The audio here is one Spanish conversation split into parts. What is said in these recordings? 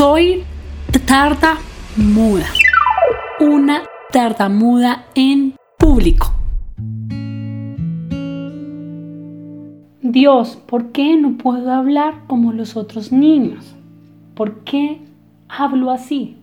Soy tartamuda. Una tartamuda en público. Dios, ¿por qué no puedo hablar como los otros niños? ¿Por qué hablo así?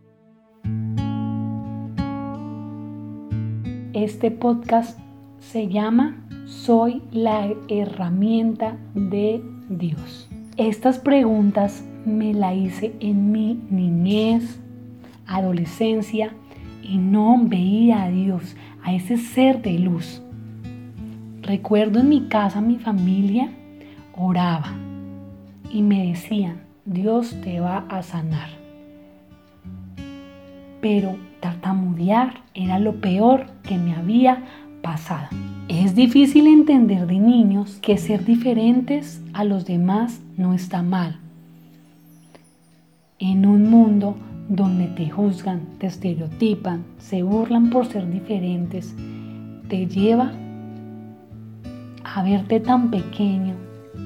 Este podcast se llama Soy la herramienta de Dios. Estas preguntas me las hice en mi niñez, adolescencia y no veía a Dios, a ese ser de luz. Recuerdo en mi casa mi familia oraba y me decían, Dios te va a sanar. Pero tartamudear era lo peor que me había pasado. Es difícil entender de niños que ser diferentes a los demás no está mal. En un mundo donde te juzgan, te estereotipan, se burlan por ser diferentes, te lleva a verte tan pequeño,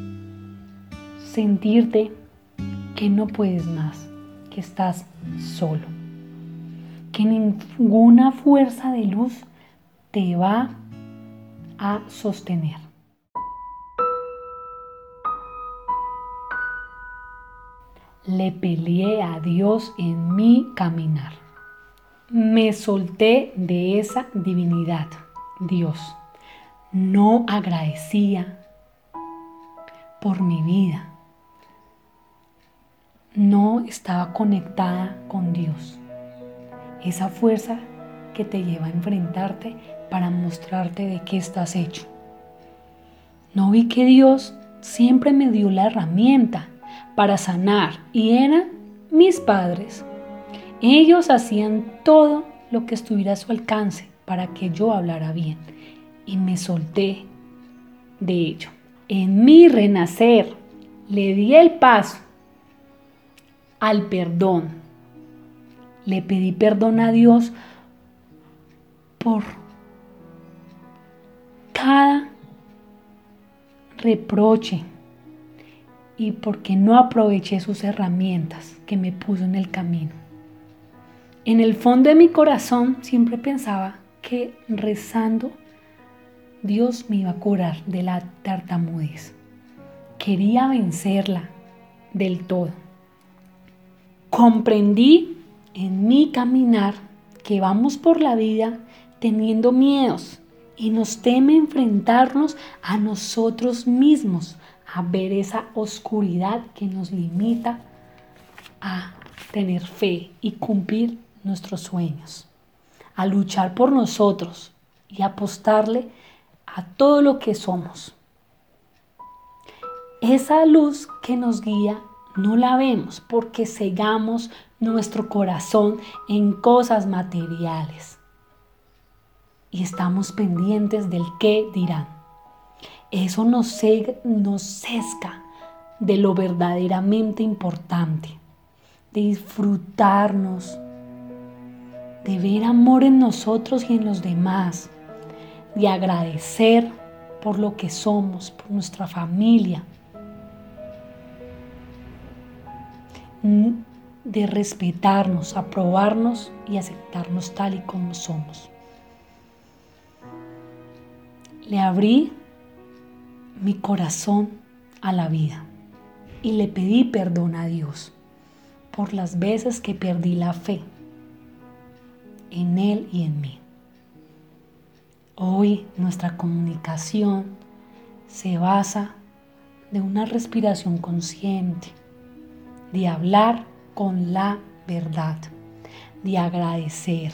sentirte que no puedes más, que estás solo, que ninguna fuerza de luz te va a sostener. Le peleé a Dios en mi caminar. Me solté de esa divinidad, Dios. No agradecía por mi vida. No estaba conectada con Dios. Esa fuerza que te lleva a enfrentarte para mostrarte de qué estás hecho. No vi que Dios siempre me dio la herramienta para sanar y eran mis padres. Ellos hacían todo lo que estuviera a su alcance para que yo hablara bien y me solté de ello. En mi renacer le di el paso al perdón. Le pedí perdón a Dios por cada reproche y porque no aproveché sus herramientas que me puso en el camino. En el fondo de mi corazón siempre pensaba que rezando Dios me iba a curar de la tartamudez. Quería vencerla del todo. Comprendí en mi caminar que vamos por la vida teniendo miedos y nos teme enfrentarnos a nosotros mismos, a ver esa oscuridad que nos limita a tener fe y cumplir nuestros sueños, a luchar por nosotros y apostarle a todo lo que somos. Esa luz que nos guía no la vemos porque cegamos nuestro corazón en cosas materiales y estamos pendientes del qué dirán. Eso nos sesga de lo verdaderamente importante, de disfrutarnos, de ver amor en nosotros y en los demás, de agradecer por lo que somos, por nuestra familia, de respetarnos, aprobarnos y aceptarnos tal y como somos. Le abrí mi corazón a la vida y le pedí perdón a Dios por las veces que perdí la fe en Él y en mí. Hoy nuestra comunicación se basa de una respiración consciente, de hablar con la verdad, de agradecer.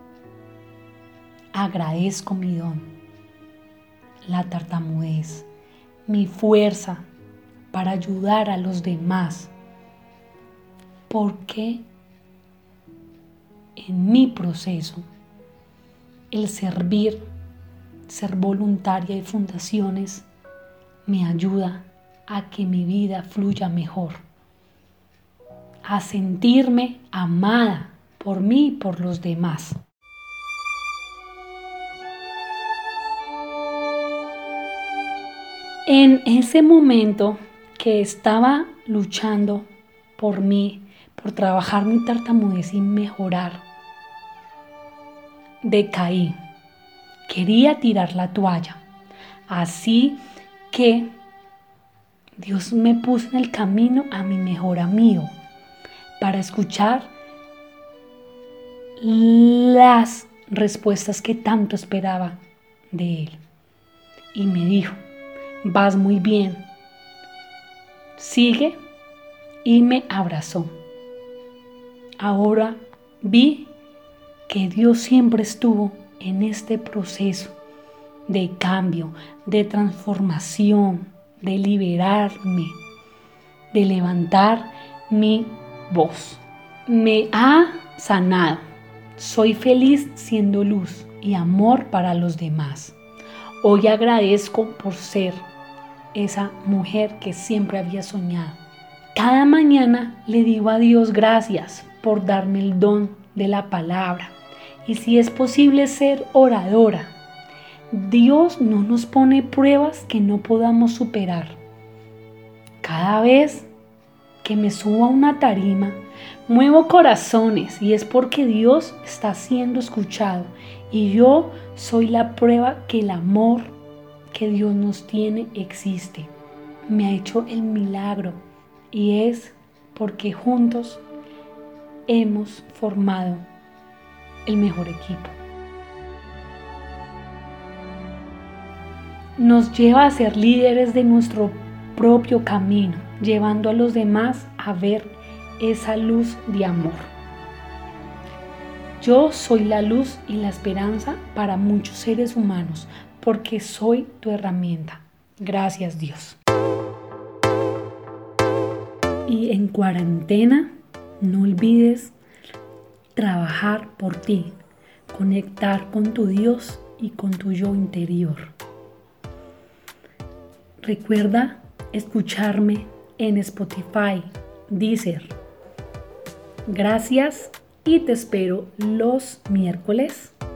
Agradezco mi don, la tartamudez, mi fuerza para ayudar a los demás, porque en mi proceso el servir, ser voluntaria de fundaciones me ayuda a que mi vida fluya mejor, a sentirme amada por mí y por los demás. En ese momento que estaba luchando por mí, por trabajar mi tartamudez y mejorar, decaí. Quería tirar la toalla. Así que Dios me puso en el camino a mi mejor amigo para escuchar las respuestas que tanto esperaba de él. Y me dijo: vas muy bien, sigue. Y me abrazó. Ahora vi que Dios siempre estuvo en este proceso de cambio, de transformación, de liberarme, de levantar mi voz. Me ha sanado. Soy feliz siendo luz y amor para los demás. Hoy agradezco por ser esa mujer que siempre había soñado. Cada mañana le digo a Dios gracias por darme el don de la palabra y si es posible ser oradora. Dios no nos pone pruebas que no podamos superar. Cada vez que me subo a una tarima, muevo corazones y es porque Dios está siendo escuchado y yo soy la prueba que el amor que Dios nos tiene existe. Me ha hecho el milagro y es porque juntos hemos formado el mejor equipo. Nos lleva a ser líderes de nuestro propio camino, llevando a los demás a ver esa luz de amor. Yo soy la luz y la esperanza para muchos seres humanos, porque soy tu herramienta. Gracias, Dios. Y en cuarentena, no olvides trabajar por ti, conectar con tu Dios y con tu yo interior. Recuerda escucharme en Spotify, Deezer. Gracias y te espero los miércoles